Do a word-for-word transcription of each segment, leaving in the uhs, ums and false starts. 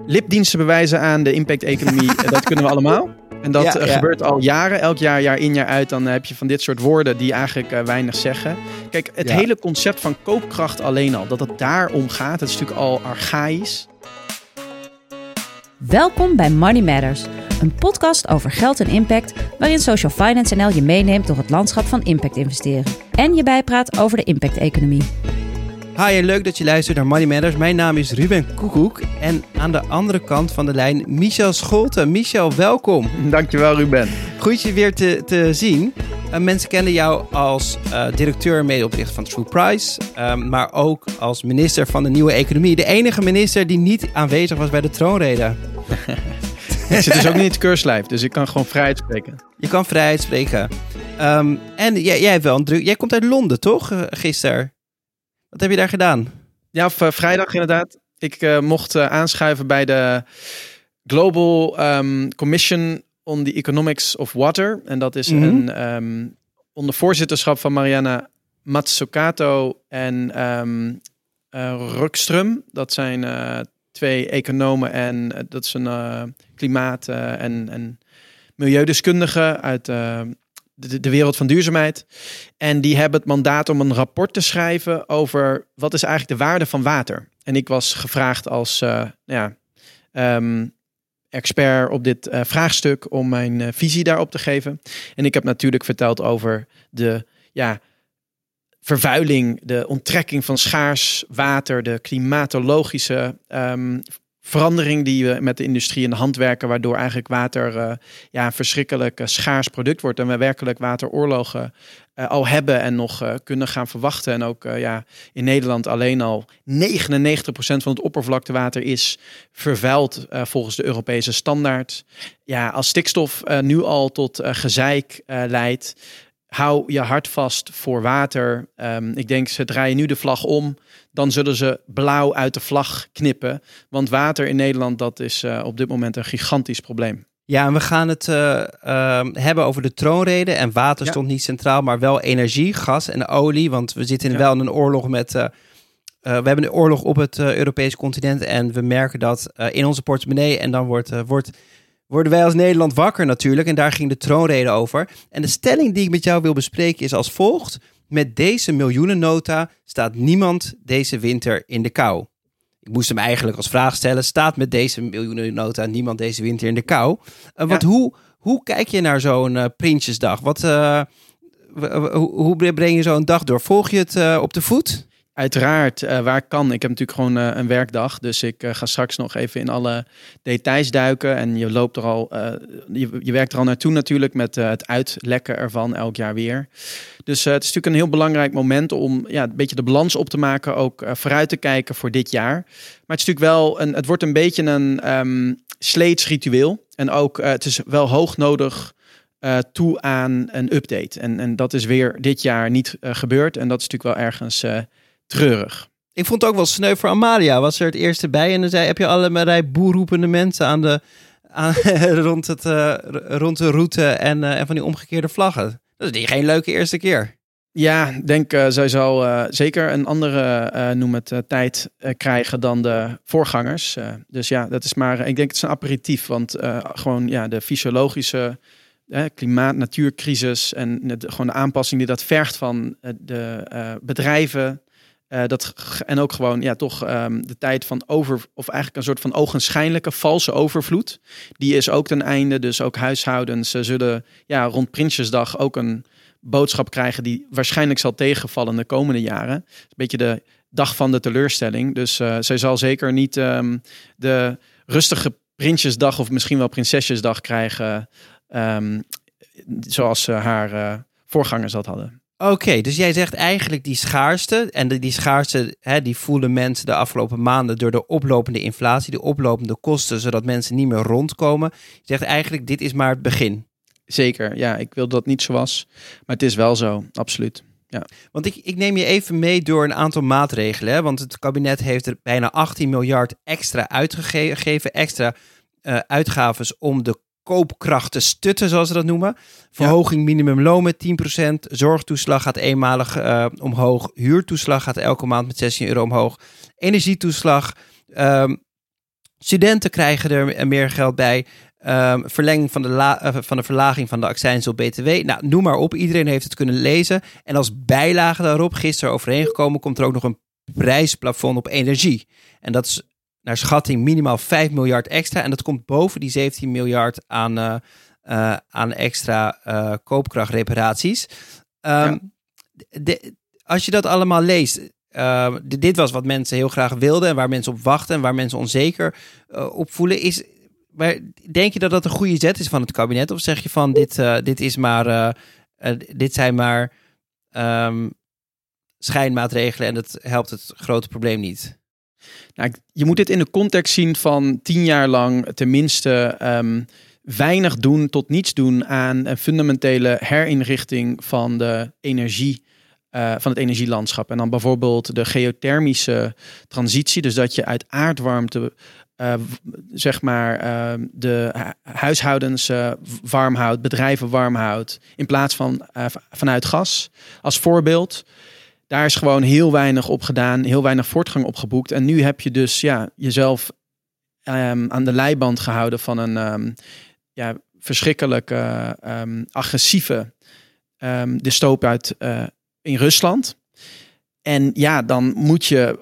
lipdiensten bewijzen aan de impact-economie, dat kunnen we allemaal. En dat ja, ja. gebeurt al jaren, elk jaar, jaar in, jaar uit. Dan heb je van dit soort woorden die eigenlijk uh, weinig zeggen. Kijk, het ja. hele concept van koopkracht alleen al, dat het daarom gaat, dat is natuurlijk al archaïs. Welkom bij Money Matters, een podcast over geld en impact, waarin Social Finance N L je meeneemt door het landschap van impact investeren. En je bijpraat over de impact-economie. Hi en leuk dat je luistert naar Money Matters. Mijn naam is Ruben Koekoek en aan de andere kant van de lijn Michel Scholten. Michel, welkom. Dankjewel, Ruben. Goed je weer te, te zien. Uh, mensen kennen jou als uh, directeur en medeoprichter van True Price, uh, maar ook als minister van de nieuwe economie. De enige minister die niet aanwezig was bij de troonrede. Ik zit dus ook niet in het keurslijf, dus ik kan gewoon vrijheid spreken. Je kan vrijheid spreken. Um, en jij, jij hebt wel een druk. Jij komt uit Londen, toch? Uh, gisteren. Wat heb je daar gedaan? Ja, of, uh, vrijdag inderdaad. Ik uh, mocht uh, aanschuiven bij de Global um, Commission on the Economics of Water. En dat is mm-hmm. een um, onder voorzitterschap van Mariana Mazzucato en um, uh, Rukström. Dat zijn uh, twee economen en uh, dat is een uh, klimaat- uh, en, en milieudeskundige uit uh, de, de wereld van duurzaamheid. En die hebben het mandaat om een rapport te schrijven over wat is eigenlijk de waarde van water. En ik was gevraagd als uh, ja, um, expert op dit uh, vraagstuk om mijn uh, visie daarop te geven. En ik heb natuurlijk verteld over de ja, vervuiling, de onttrekking van schaars water, de klimatologische um, verandering die we met de industrie en de handwerken, waardoor eigenlijk water uh, ja, een verschrikkelijk uh, schaars product wordt en we werkelijk wateroorlogen uh, al hebben en nog uh, kunnen gaan verwachten. En ook uh, ja, in Nederland alleen al negenennegentig procent van het oppervlaktewater is vervuild uh, volgens de Europese standaard. Ja, als stikstof uh, nu al tot uh, gezeik uh, leidt, hou je hart vast voor water. Um, ik denk, ze draaien nu de vlag om, dan zullen ze blauw uit de vlag knippen. Want water in Nederland, dat is uh, op dit moment een gigantisch probleem. Ja, en we gaan het uh, uh, hebben over de troonrede. En water ja. stond niet centraal, maar wel energie, gas en olie. Want we zitten ja. wel in een oorlog met... Uh, uh, we hebben een oorlog op het uh, Europese continent. En we merken dat uh, in onze portemonnee. En dan wordt... Uh, wordt worden wij als Nederland wakker natuurlijk. En daar ging de troonrede over. En de stelling die ik met jou wil bespreken is als volgt. Met deze miljoenennota staat niemand deze winter in de kou. Ik moest hem eigenlijk als vraag stellen. Staat met deze miljoenennota niemand deze winter in de kou? Uh, want ja. hoe, hoe kijk je naar zo'n uh, Prinsjesdag? Wat, uh, w- w- hoe breng je zo'n dag door? Volg je het uh, op de voet? Uiteraard, uh, waar kan. Ik heb natuurlijk gewoon uh, een werkdag. Dus ik uh, ga straks nog even in alle details duiken. En je loopt er al, uh, je, je werkt er al naartoe natuurlijk met uh, het uitlekken ervan elk jaar weer. Dus uh, het is natuurlijk een heel belangrijk moment om ja, een beetje de balans op te maken. Ook uh, vooruit te kijken voor dit jaar. Maar het is natuurlijk wel, een, het wordt een beetje een um, sleets ritueel. En ook, uh, het is wel hoog nodig uh, toe aan een update. En, en dat is weer dit jaar niet uh, gebeurd. En dat is natuurlijk wel ergens... Uh, treurig. Ik vond het ook wel sneu voor Amalia. Was er het eerste bij en dan zei, heb je allerlei boerroepende mensen aan de, aan, rond, het, uh, rond de route en, uh, en van die omgekeerde vlaggen. Dat is geen leuke eerste keer. Ja, ik denk uh, zij zal uh, zeker een andere uh, noem het, uh, tijd uh, krijgen dan de voorgangers. Uh, dus ja, dat is maar, ik denk het is een aperitief. Want uh, gewoon ja, de fysiologische uh, klimaat, natuurcrisis en uh, de, gewoon de aanpassing die dat vergt van uh, de uh, bedrijven. Uh, dat, en ook gewoon ja, toch um, de tijd van over, of eigenlijk een soort van ogenschijnlijke valse overvloed. Die is ook ten einde. Dus ook huishoudens uh, zullen ja, rond Prinsjesdag ook een boodschap krijgen die waarschijnlijk zal tegenvallen de komende jaren. Een beetje de dag van de teleurstelling. Dus uh, zij zal zeker niet um, de rustige Prinsjesdag of misschien wel Prinsesjesdag krijgen um, zoals uh, haar uh, voorgangers dat hadden. Oké, okay, dus jij zegt eigenlijk die schaarste. En die schaarste, hè, die voelen mensen de afgelopen maanden door de oplopende inflatie, de oplopende kosten, zodat mensen niet meer rondkomen. Je zegt eigenlijk, dit is maar het begin. Zeker, ja. Ik wil dat het niet zo was. Maar het is wel zo, absoluut. Ja. Want ik, ik neem je even mee door een aantal maatregelen. Hè? Want het kabinet heeft er bijna achttien miljard extra uitgegeven. Extra uh, uitgaves om de koopkracht te stutten, zoals ze dat noemen. Verhoging ja. minimumloon met tien procent. Zorgtoeslag gaat eenmalig uh, omhoog. Huurtoeslag gaat elke maand met zestien euro omhoog. Energietoeslag. Um, Studenten krijgen er meer geld bij. Um, verlenging van de, la- uh, van de verlaging van de accijns op B T W. Nou, noem maar op. Iedereen heeft het kunnen lezen. En als bijlage daarop, gisteren overeengekomen, komt er ook nog een prijsplafond op energie. En dat is naar schatting minimaal vijf miljard extra. En dat komt boven die zeventien miljard aan, uh, uh, aan extra uh, koopkrachtreparaties. Um, ja. de, als je dat allemaal leest... Uh, d- dit was wat mensen heel graag wilden en waar mensen op wachten en waar mensen onzeker uh, op voelen. Is, maar denk je dat dat een goede zet is van het kabinet? Of zeg je van dit, uh, dit, is maar, uh, uh, dit zijn maar um, schijnmaatregelen en dat helpt het grote probleem niet? Nou, je moet dit in de context zien van tien jaar lang tenminste um, weinig doen tot niets doen aan een fundamentele herinrichting van de energie. Uh, van het energielandschap. En dan bijvoorbeeld de geothermische transitie. Dus dat je uit aardwarmte, uh, zeg maar, uh, de hu- huishoudens uh, warm houdt, bedrijven warm houdt, in plaats van uh, vanuit gas. Als voorbeeld. Daar is gewoon heel weinig op gedaan, heel weinig voortgang op geboekt. En nu heb je dus ja, jezelf um, aan de leiband gehouden van een um, ja, verschrikkelijke, um, agressieve um, dystopie uit uh, in Rusland. En ja, dan moet je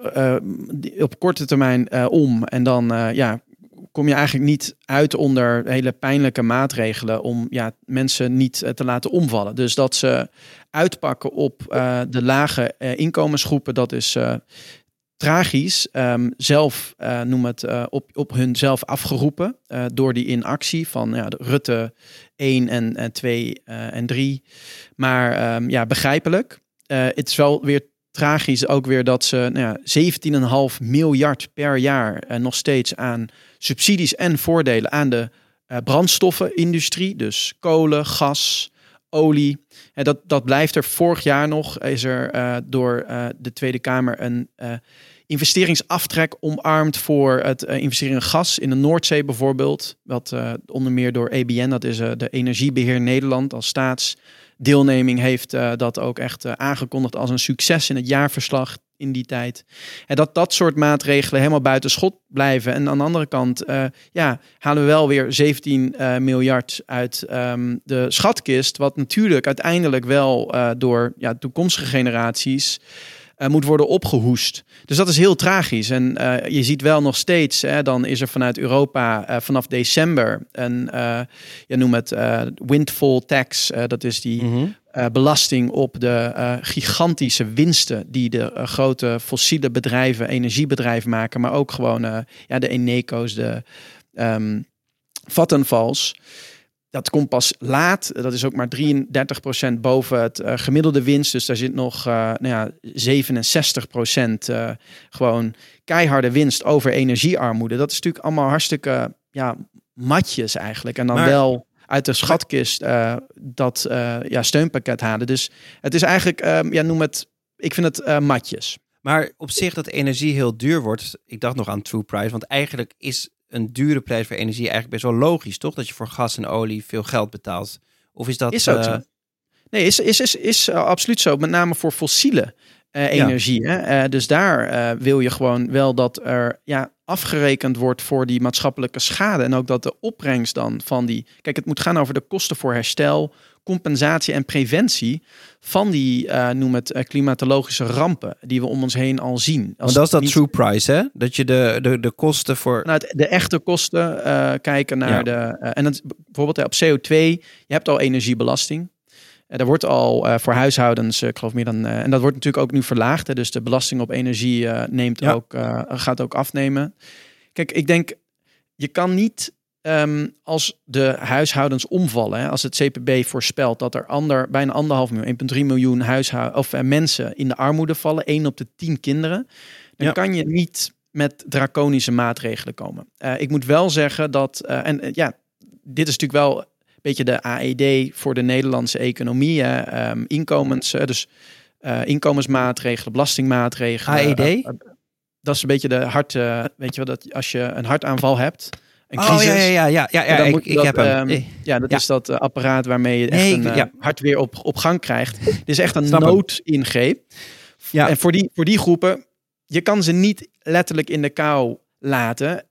uh, op korte termijn uh, om. En dan uh, ja, kom je eigenlijk niet uit onder hele pijnlijke maatregelen om ja, mensen niet uh, te laten omvallen. Dus dat ze uitpakken op uh, de lage uh, inkomensgroepen, dat is uh, tragisch. Um, zelf, uh, noem het, uh, op, op hun zelf afgeroepen uh, door die inactie van ja, de Rutte één en, en twee uh, en drie. Maar um, ja, begrijpelijk. Uh, het is wel weer tragisch ook weer dat ze nou ja, zeventien komma vijf miljard per jaar uh, nog steeds aan subsidies en voordelen aan de uh, brandstoffenindustrie, dus kolen, gas, olie. En dat, dat blijft er. Vorig jaar nog is er uh, door uh, de Tweede Kamer een uh, investeringsaftrek omarmd voor het uh, investeren in gas in de Noordzee bijvoorbeeld. Wat uh, onder meer door E B N, dat is uh, de Energiebeheer Nederland als staatsdeelneming, heeft uh, dat ook echt uh, aangekondigd als een succes in het jaarverslag in die tijd. En dat dat soort maatregelen helemaal buiten schot blijven. En aan de andere kant uh, ja, halen we wel weer zeventien uh, miljard uit um, de schatkist, wat natuurlijk uiteindelijk wel uh, door ja, toekomstige generaties Uh, moet worden opgehoest. Dus dat is heel tragisch. En uh, je ziet wel nog steeds, hè, dan is er vanuit Europa uh, vanaf december een, uh, je noemt het uh, windfall tax. Uh, dat is die mm-hmm. uh, belasting op de uh, gigantische winsten die de uh, grote fossiele bedrijven, energiebedrijven maken, maar ook gewoon uh, ja, de Eneco's, de um, Vattenfalls. Dat komt pas laat. Dat is ook maar drieëndertig procent boven het uh, gemiddelde winst. Dus daar zit nog uh, nou ja, zevenenzestig procent uh, gewoon keiharde winst over energiearmoede. Dat is natuurlijk allemaal hartstikke ja, matjes eigenlijk. En dan maar, wel uit de schatkist uh, dat uh, ja, steunpakket halen. Dus het is eigenlijk, um, ja, noem het, ik vind het uh, matjes. Maar op zich dat energie heel duur wordt, ik dacht nog aan true price, want eigenlijk is een dure prijs voor energie eigenlijk best wel logisch, toch? Dat je voor gas en olie veel geld betaalt. Of is dat... Is ook uh... zo. Nee, is, is, is, is uh, absoluut zo. Met name voor fossiele uh, energie. Ja. Hè? Uh, dus daar uh, wil je gewoon wel dat er ja, afgerekend wordt voor die maatschappelijke schade. En ook dat de opbrengst dan van die... Kijk, het moet gaan over de kosten voor herstel, compensatie en preventie van die, uh, noem het, uh, klimatologische rampen die we om ons heen al zien. Want dat is dat niet... true price, hè? Dat je de, de, de kosten voor... Nou, de echte kosten uh, kijken naar ja. de... Uh, en dat, bijvoorbeeld uh, op C O twee, je hebt al energiebelasting. Uh, daar wordt al uh, voor huishoudens, uh, ik geloof meer dan... Uh, en dat wordt natuurlijk ook nu verlaagd. Hè, dus de belasting op energie uh, neemt ja. ook, uh, gaat ook afnemen. Kijk, ik denk, je kan niet... Um, als de huishoudens omvallen, hè, als het C P B voorspelt dat er ander, bijna anderhalf miljoen, één komma drie miljoen huishouden of uh, mensen in de armoede vallen, één op de tien kinderen, dan ja. kan je niet met draconische maatregelen komen. Uh, ik moet wel zeggen dat, uh, en uh, ja, dit is natuurlijk wel een beetje de A E D voor de Nederlandse economie, uh, um, inkomens, uh, dus uh, inkomensmaatregelen, belastingmaatregelen. A E D? Uh, uh, dat is een beetje de hart, uh, weet je wel, dat als je een hartaanval hebt. Oh ja, ja, ja, ja, ja, ja ik, ik dat, heb hem. Um, ja, dat ja. is dat uh, apparaat waarmee je echt nee, een uh, ja. hart weer op, op gang krijgt. Dit is echt een Snap noodingreep. Ja. En voor die, voor die groepen, je kan ze niet letterlijk in de kou laten.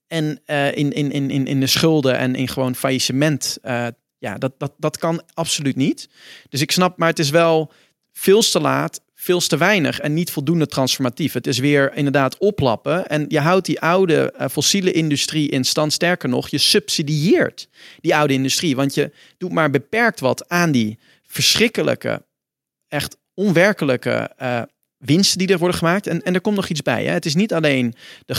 en uh, in, in, in, in de schulden en in gewoon faillissement. Uh, ja, dat, dat, dat kan absoluut niet. Dus ik snap, maar het is wel veel te laat, veel te weinig en niet voldoende transformatief. Het is weer inderdaad oplappen en je houdt die oude uh, fossiele industrie in stand. Sterker nog, je subsidieert die oude industrie, want je doet maar beperkt wat aan die verschrikkelijke, echt onwerkelijke uh, winsten die er worden gemaakt. En, en er komt nog iets bij. Hè? Het is niet alleen de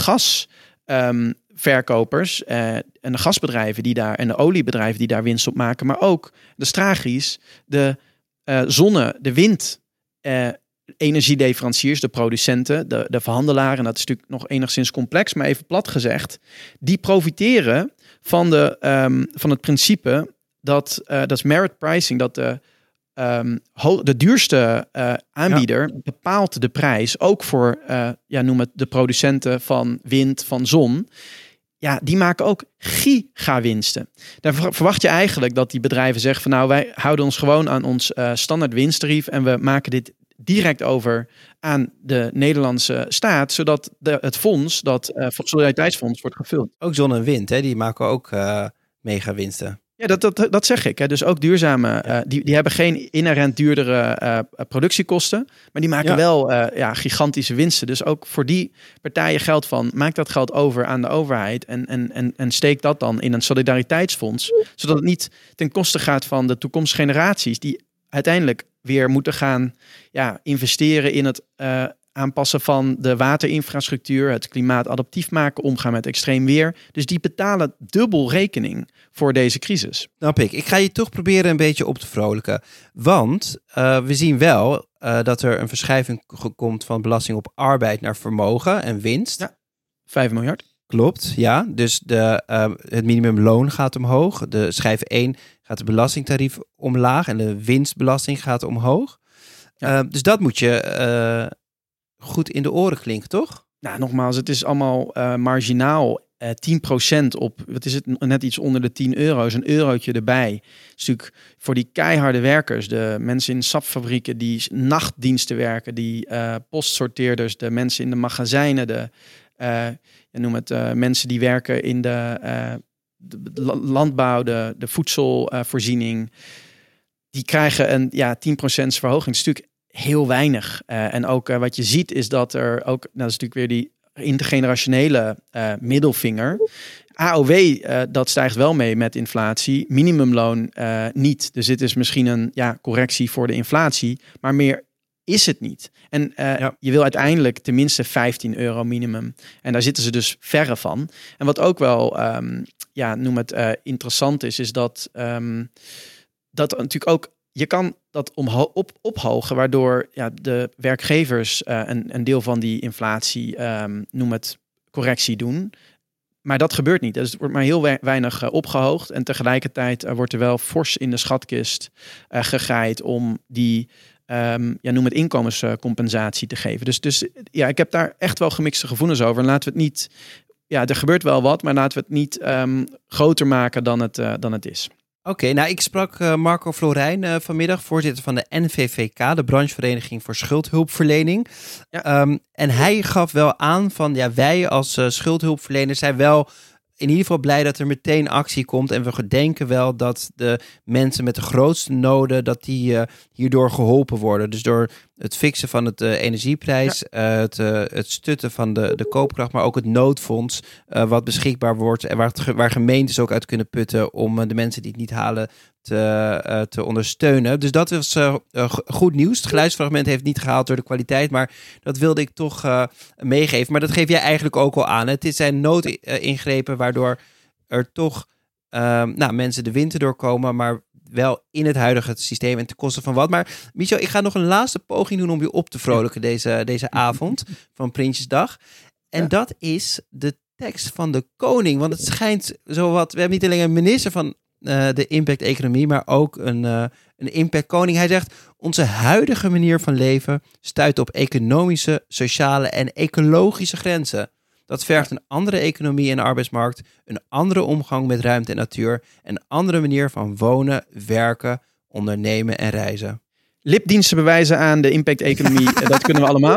gasverkopers um, uh, en de gasbedrijven die daar en de oliebedrijven die daar winst op maken, maar ook de Stragi's, de uh, zonne, de wind. Uh, energieleveranciers, de producenten, de, de verhandelaren, en dat is natuurlijk nog enigszins complex, maar even plat gezegd, die profiteren van, de, um, van het principe dat, uh, dat is merit pricing, dat de, um, ho- de duurste uh, aanbieder ja. bepaalt de prijs, ook voor, uh, ja, noem het de producenten van wind, van zon. Ja, die maken ook gigawinsten. Daar verwacht je eigenlijk dat die bedrijven zeggen van nou, wij houden ons gewoon aan ons uh, standaard winsttarief en we maken dit direct over aan de Nederlandse staat, zodat de, het fonds, dat uh, Solidariteitsfonds, wordt gevuld. Ook zon en wind, hè? Die maken ook uh, mega winsten. Ja, dat, dat, dat zeg ik. Hè. Dus ook duurzame, uh, die, die hebben geen inherent duurdere uh, productiekosten, maar die maken ja. wel uh, ja, gigantische winsten. Dus ook voor die partijen geldt van, maak dat geld over aan de overheid en, en, en, en steek dat dan in een solidariteitsfonds, zodat het niet ten koste gaat van de toekomstige generaties die uiteindelijk weer moeten gaan ja, investeren in het uh, aanpassen van de waterinfrastructuur, het klimaatadaptief maken, omgaan met extreem weer. Dus die betalen dubbel rekening voor deze crisis. Snap ik. Ik ga je toch proberen een beetje op te vrolijken. Want uh, we zien wel uh, dat er een verschuiving komt van belasting op arbeid naar vermogen en winst. Ja, vijf miljard. Klopt, ja. Dus de, uh, het minimumloon gaat omhoog. De schijf één gaat de belastingtarief omlaag en de winstbelasting gaat omhoog. Ja. Uh, dus dat moet je uh, goed in de oren klinken, toch? Nou, nogmaals, het is allemaal uh, marginaal. Uh, tien procent op, wat is het, net iets onder de tien euro, is een eurotje erbij. Dat is natuurlijk voor die keiharde werkers, de mensen in sapfabrieken die nachtdiensten werken, die uh, postsorteerders, de mensen in de magazijnen, de uh, je noem het uh, mensen die werken in de, uh, de landbouw, de, de voedselvoorziening. Uh, die krijgen een ja, tien procent verhoging. Dat is natuurlijk heel weinig. Uh, en ook uh, wat je ziet is dat er ook, nou, dat is natuurlijk weer die intergenerationele uh, middelvinger. A O W, uh, dat stijgt wel mee met inflatie. Minimumloon uh, niet. Dus dit is misschien een ja, correctie voor de inflatie, maar meer is het niet. En uh, ja. je wil uiteindelijk tenminste vijftien euro minimum. En daar zitten ze dus verre van. En wat ook wel, um, ja, noem het uh, interessant is, is dat um, dat natuurlijk ook, je kan dat omho- op, ophogen, waardoor ja, de werkgevers uh, een, een deel van die inflatie, um, noem het correctie doen. Maar dat gebeurt niet. Dus het wordt maar heel we- weinig uh, opgehoogd. En tegelijkertijd uh, wordt er wel fors in de schatkist uh, gegaaid om die Um, ja, noem het inkomenscompensatie te geven. Dus, dus ja, ik heb daar echt wel gemixte gevoelens over. En laten we het niet, ja, er gebeurt wel wat, maar laten we het niet um, groter maken dan het, uh, dan het is. Oké, okay, nou ik sprak uh, Marco Florijn uh, vanmiddag, voorzitter van de N V V K, de branchevereniging voor schuldhulpverlening. Ja. Um, en hij gaf wel aan van, ja, wij als uh, schuldhulpverleners zijn wel in ieder geval blij dat er meteen actie komt. En we denken wel dat de mensen met de grootste noden, dat die uh, hierdoor geholpen worden. Dus door het fixen van het uh, energieprijs, ja. uh, het, uh, het stutten van de, de koopkracht, maar ook het noodfonds uh, wat beschikbaar wordt en waar, het, waar gemeentes ook uit kunnen putten om uh, de mensen die het niet halen te, uh, te ondersteunen. Dus dat is uh, uh, goed nieuws. Het geluidsfragment heeft niet gehaald door de kwaliteit, maar dat wilde ik toch uh, meegeven. Maar dat geef jij eigenlijk ook al aan. Het zijn noodingrepen waardoor er toch uh, nou, mensen de winter doorkomen, maar wel in het huidige systeem en ten koste van wat. Maar Michel, ik ga nog een laatste poging doen om je op te vrolijken deze, deze avond van Prinsjesdag. En ja. dat is de tekst van de koning. Want het schijnt zowat, we hebben niet alleen een minister van uh, de impact-economie, maar ook een, uh, een impact-koning. Hij zegt, onze huidige manier van leven stuit op economische, sociale en ecologische grenzen. Dat vergt een andere economie en arbeidsmarkt, een andere omgang met ruimte en natuur, een andere manier van wonen, werken, ondernemen en reizen. Lipdiensten bewijzen aan de impact-economie, dat kunnen we allemaal.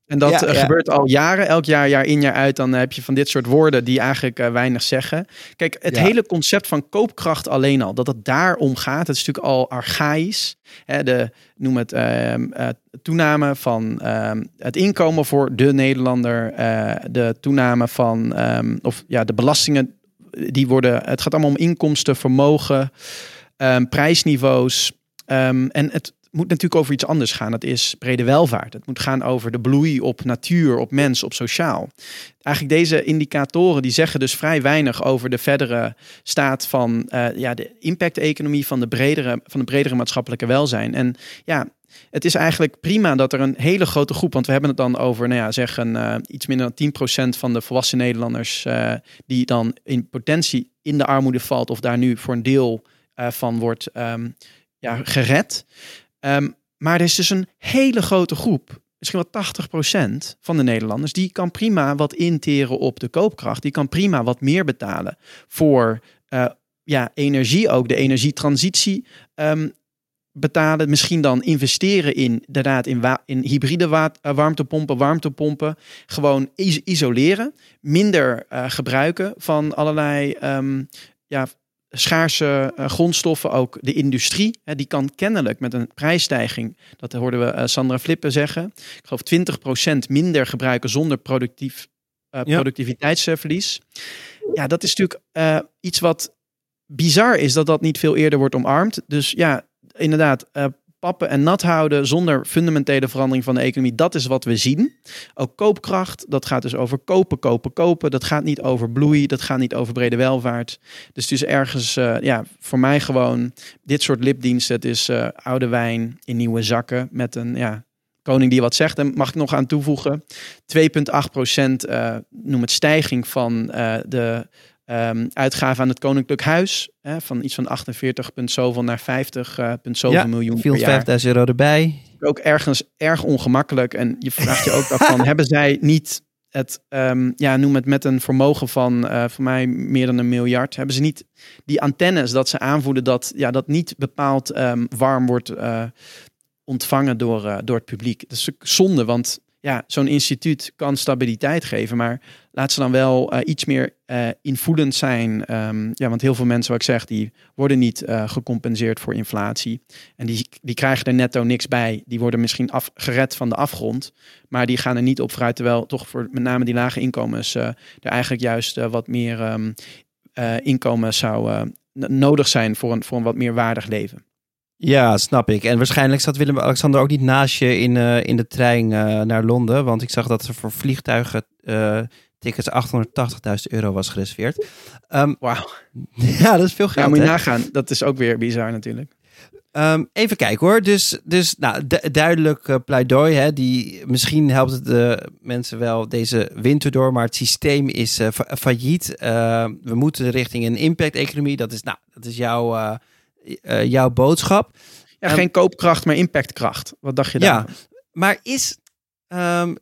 En dat Ja, uh, ja. gebeurt al jaren. Elk jaar, jaar in, jaar uit. Dan heb je van dit soort woorden die eigenlijk uh, weinig zeggen. Kijk, het Ja. hele concept van koopkracht alleen al. Dat het daarom gaat. Het is natuurlijk al archaïs. Hè, de, noem het uh, uh, toename van uh, het inkomen voor de Nederlander. Uh, de toename van... Um, of ja, de belastingen die worden... Het gaat allemaal om inkomsten, vermogen, um, prijsniveaus. Um, en het... moet natuurlijk over iets anders gaan. Dat is brede welvaart. Het moet gaan over de bloei op natuur, op mens, op sociaal. Eigenlijk deze indicatoren die zeggen dus vrij weinig over de verdere staat van uh, ja, de impact-economie van de bredere, van de bredere maatschappelijke welzijn. En ja, het is eigenlijk prima dat er een hele grote groep, want we hebben het dan over, nou ja, zeg een uh, iets minder dan tien procent van de volwassen Nederlanders uh, die dan in potentie in de armoede valt of daar nu voor een deel uh, van wordt um, ja, gered. Um, maar er is dus een hele grote groep, misschien wel tachtig procent van de Nederlanders, die kan prima wat interen op de koopkracht. Die kan prima wat meer betalen voor uh, ja, energie, ook de energietransitie um, betalen. Misschien dan investeren in, inderdaad, in, wa- in hybride wa- uh, warmtepompen, warmtepompen. Gewoon is- isoleren, minder uh, gebruiken van allerlei... Um, ja, schaarse uh, grondstoffen, ook de industrie. Hè, die kan kennelijk met een prijsstijging, dat hoorden we uh, Sandra Flippen zeggen, ik geloof twintig procent minder gebruiken zonder productief, uh, Ja. productiviteitsverlies. Ja, dat is natuurlijk uh, iets wat bizar is, dat dat niet veel eerder wordt omarmd. Dus ja, inderdaad, uh, pappen en nat houden zonder fundamentele verandering van de economie. Dat is wat we zien. Ook koopkracht, dat gaat dus over kopen, kopen, kopen. Dat gaat niet over bloei, dat gaat niet over brede welvaart. Dus het is ergens, uh, ja, voor mij gewoon dit soort lipdiensten. Het is uh, oude wijn in nieuwe zakken met een, ja, koning die wat zegt. En mag ik nog aan toevoegen, twee komma acht procent uh, noem het stijging van uh, de Um, uitgaven aan het Koninklijk Huis. Hè, van iets van achtenveertig punt zoveel naar vijftig uh, punt zoveel Ja, miljoen viel per jaar. vijfduizend euro erbij. Ook ergens erg ongemakkelijk. En je vraagt je ook af van, hebben zij niet het, um, ja, noem het met een vermogen van uh, voor mij meer dan een miljard. Hebben ze niet die antennes dat ze aanvoelen dat ja, dat niet bepaald um, warm wordt uh, ontvangen door, uh, door het publiek. Dat is zonde, want ja, zo'n instituut kan stabiliteit geven, maar laat ze dan wel uh, iets meer uh, invoelend zijn. Um, ja, want heel veel mensen, wat ik zeg, die worden niet uh, gecompenseerd voor inflatie. En die, die krijgen er netto niks bij. Die worden misschien af, gered van de afgrond, maar die gaan er niet op vooruit. Terwijl toch voor met name die lage inkomens uh, er eigenlijk juist uh, wat meer um, uh, inkomen zou uh, nodig zijn voor een, voor een wat meer waardig leven. Ja, snap ik. En waarschijnlijk zat Willem-Alexander ook niet naast je in, uh, in de trein uh, naar Londen. Want ik zag dat er voor vliegtuigen uh, tickets achthonderdtachtigduizend euro was gereserveerd. Um, Wauw. Ja, dat is veel geld. Ja, moet je hè? nagaan. Dat is ook weer bizar natuurlijk. Um, even kijken hoor. Dus, dus nou, du- duidelijk uh, pleidooi. Hè? Die, misschien helpt het de mensen wel deze winter door. Maar het systeem is uh, fa- failliet. Uh, we moeten richting een impact-economie. Dat is, nou, dat is jouw... Uh, Uh, jouw boodschap. Ja, um, geen koopkracht, maar impactkracht. Wat dacht je daar? Ja, maar is... Um,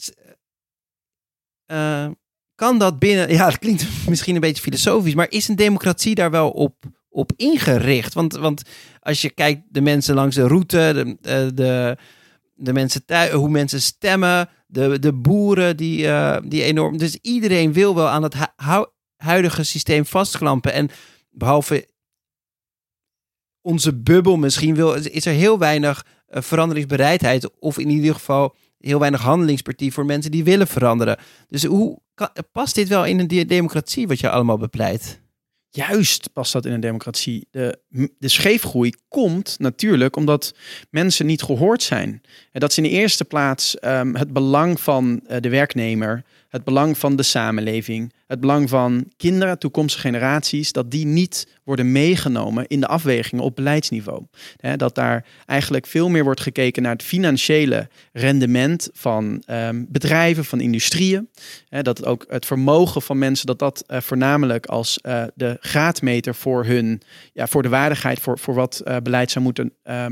uh, kan dat binnen... Ja, het klinkt misschien een beetje filosofisch, maar is een democratie daar wel op, op ingericht? Want, want als je kijkt, de mensen langs de route, de, de, de mensen thuis, hoe mensen stemmen, de, de boeren die, uh, die enorm... Dus iedereen wil wel aan het hu- huidige systeem vastklampen. En behalve onze bubbel misschien wil, is er heel weinig uh, veranderingsbereidheid, of in ieder geval heel weinig handelingspartie voor mensen die willen veranderen. Dus hoe kan, past dit wel in een de- democratie wat je allemaal bepleit? Juist past dat in een democratie. De, de scheefgroei komt natuurlijk omdat mensen niet gehoord zijn. En dat is in de eerste plaats um, het belang van uh, de werknemer, het belang van de samenleving, het belang van kinderen, toekomstige generaties, dat die niet worden meegenomen in de afwegingen op beleidsniveau. He, dat daar eigenlijk veel meer wordt gekeken naar het financiële rendement van um, bedrijven, van industrieën. He, dat ook het vermogen van mensen, dat dat uh, voornamelijk als uh, de graadmeter voor hun, ja, voor de waardigheid, voor, voor wat uh, beleid zou moeten um,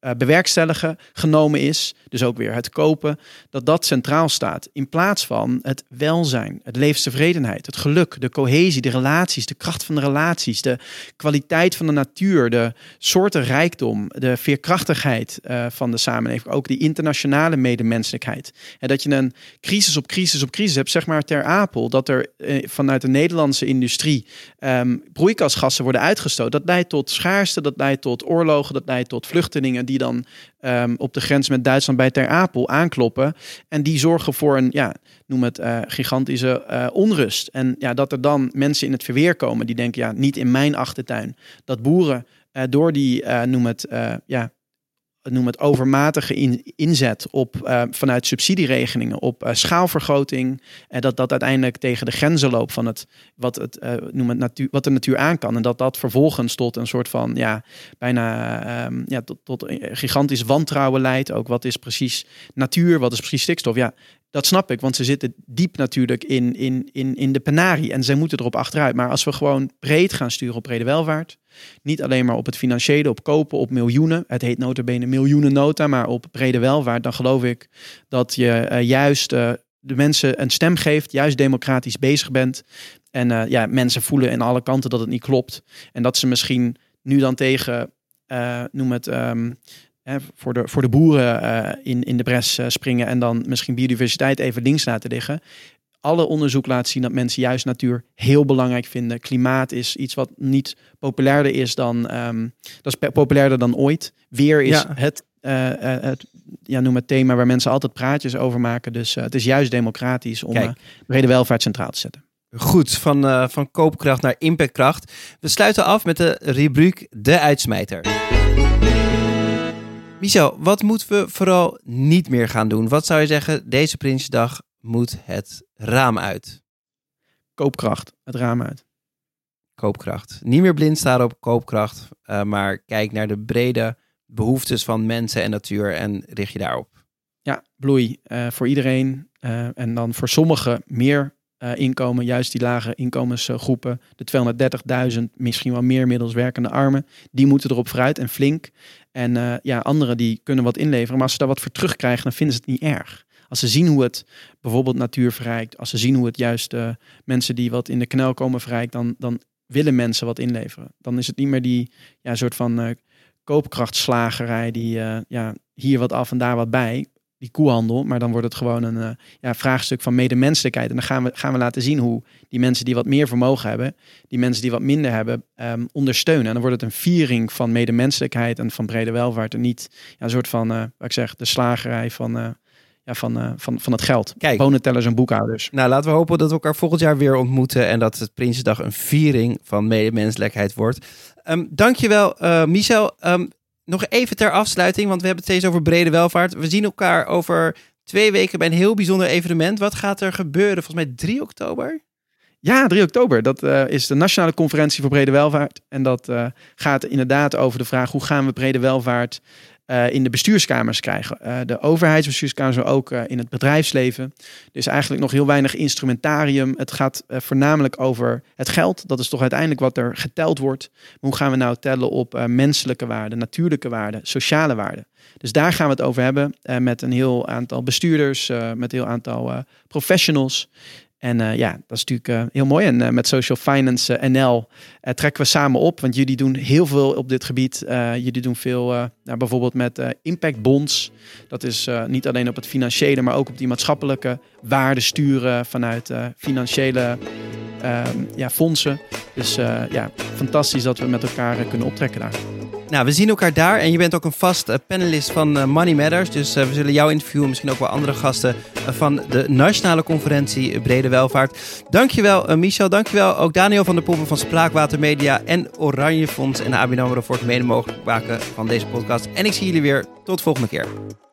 uh, bewerkstelligen genomen is. Dus ook weer het kopen. Dat dat centraal staat. In plaats van het welzijn, het levenstevredenheid, het geluk, de cohesie, de relaties, de kracht van de relaties, de kwaliteit van de natuur, de soortenrijkdom, de veerkrachtigheid uh, van de samenleving. Ook die internationale medemenselijkheid. En dat je een crisis op crisis op crisis hebt, zeg maar ter Apel, dat er uh, vanuit de Nederlandse industrie um, broeikasgassen worden uitgestoten. Dat leidt tot schaarste, dat leidt tot oorlogen, dat leidt tot vluchtelingen die dan um, op de grens met Duitsland bij Ter Apel aankloppen. En die zorgen voor een, ja, noem het uh, gigantische uh, onrust. En ja, dat er dan mensen in het verweer komen die denken, ja, niet in mijn achtertuin. Dat boeren uh, door die, uh, noem het, uh, ja, noem het overmatige in, inzet op uh, vanuit subsidieregelingen op uh, schaalvergroting. En uh, dat dat uiteindelijk tegen de grenzen loopt van het wat het uh, noem het natuur, wat de natuur aan kan. En dat dat vervolgens tot een soort van ja, bijna um, ja, tot, tot een gigantisch wantrouwen leidt. Ook wat is precies natuur, wat is precies stikstof? Ja, dat snap ik, want ze zitten diep natuurlijk in, in, in, in de penarie en zij moeten erop achteruit. Maar als we gewoon breed gaan sturen op brede welvaart, niet alleen maar op het financiële, op kopen, op miljoenen. Het heet nota bene miljoenen nota, maar op brede welvaart, dan geloof ik dat je uh, juist uh, de mensen een stem geeft, juist democratisch bezig bent. En uh, ja, mensen voelen aan alle kanten dat het niet klopt. En dat ze misschien nu dan tegen, uh, noem het... Um, Hè, voor, de, voor de boeren uh, in, in de bres uh, springen en dan misschien biodiversiteit even links laten liggen. Alle onderzoek laat zien dat mensen juist natuur heel belangrijk vinden. Klimaat is iets wat niet populairder is dan, um, dat is populairder dan ooit. Weer is ja. het, uh, uh, het ja, noem het thema waar mensen altijd praatjes over maken. Dus uh, het is juist democratisch om uh, brede welvaart centraal te zetten. Goed, van, uh, van koopkracht naar impactkracht. We sluiten af met de rubriek De Uitsmijter. Michel, wat moeten we vooral niet meer gaan doen? Wat zou je zeggen, deze Prinsjesdag moet het raam uit? Koopkracht, het raam uit. Koopkracht. Niet meer blind staren op koopkracht, uh, maar kijk naar de brede behoeftes van mensen en natuur en richt je daarop. Ja, bloei uh, voor iedereen uh, en dan voor sommigen meer uh, inkomen, juist die lage inkomensgroepen, de tweehonderddertigduizend, misschien wel meer middels werkende armen, die moeten erop vooruit en flink. En uh, ja, anderen die kunnen wat inleveren, maar als ze daar wat voor terugkrijgen, dan vinden ze het niet erg. Als ze zien hoe het bijvoorbeeld natuur verrijkt, als ze zien hoe het juist uh, mensen die wat in de knel komen verrijkt, dan, dan willen mensen wat inleveren. Dan is het niet meer die ja, soort van uh, koopkrachtslagerij, die uh, ja, hier wat af en daar wat bij, die koehandel, maar dan wordt het gewoon een uh, ja, vraagstuk van medemenselijkheid. En dan gaan we, gaan we laten zien hoe die mensen die wat meer vermogen hebben, die mensen die wat minder hebben, um, ondersteunen. En dan wordt het een viering van medemenselijkheid en van brede welvaart en niet ja, een soort van, uh, wat ik zeg, de slagerij van, uh, ja, van, uh, van, van het geld. Kijk, bonentellers en boekhouders. Nou, laten we hopen dat we elkaar volgend jaar weer ontmoeten en dat het Prinsjesdag een viering van medemenselijkheid wordt. Um, dankjewel, uh, Michel. Um, Nog even ter afsluiting, want we hebben het steeds over brede welvaart. We zien elkaar over twee weken bij een heel bijzonder evenement. Wat gaat er gebeuren? Volgens mij drie oktober? Ja, drie oktober. Dat uh, is de Nationale Conferentie voor Brede Welvaart. En dat uh, gaat inderdaad over de vraag hoe gaan we brede welvaart uh, in de bestuurskamers krijgen. Uh, de overheidsbestuurskamers, maar ook uh, in het bedrijfsleven. Er is eigenlijk nog heel weinig instrumentarium. Het gaat uh, voornamelijk over het geld. Dat is toch uiteindelijk wat er geteld wordt. Maar hoe gaan we nou tellen op uh, menselijke waarden, natuurlijke waarden, sociale waarden? Dus daar gaan we het over hebben uh, met een heel aantal bestuurders, uh, met een heel aantal uh, professionals. En uh, ja, dat is natuurlijk uh, heel mooi. En uh, met Social Finance uh, N L uh, trekken we samen op. Want jullie doen heel veel op dit gebied. Uh, jullie doen veel uh, nou, bijvoorbeeld met uh, impact bonds. Dat is uh, niet alleen op het financiële, maar ook op die maatschappelijke waarden sturen vanuit uh, financiële uh, ja, fondsen. Dus uh, ja, fantastisch dat we met elkaar uh, kunnen optrekken daar. Nou, we zien elkaar daar en je bent ook een vast uh, panelist van uh, Money Matters. Dus uh, we zullen jou interviewen, misschien ook wel andere gasten uh, van de Nationale Conferentie Brede Welvaart. Dankjewel uh, Michel, dankjewel ook Daniel van der Poppen van Spraakwater Media en Oranje Fonds en A B N AMRO voor het mede mogelijk maken van deze podcast. En ik zie jullie weer tot de volgende keer.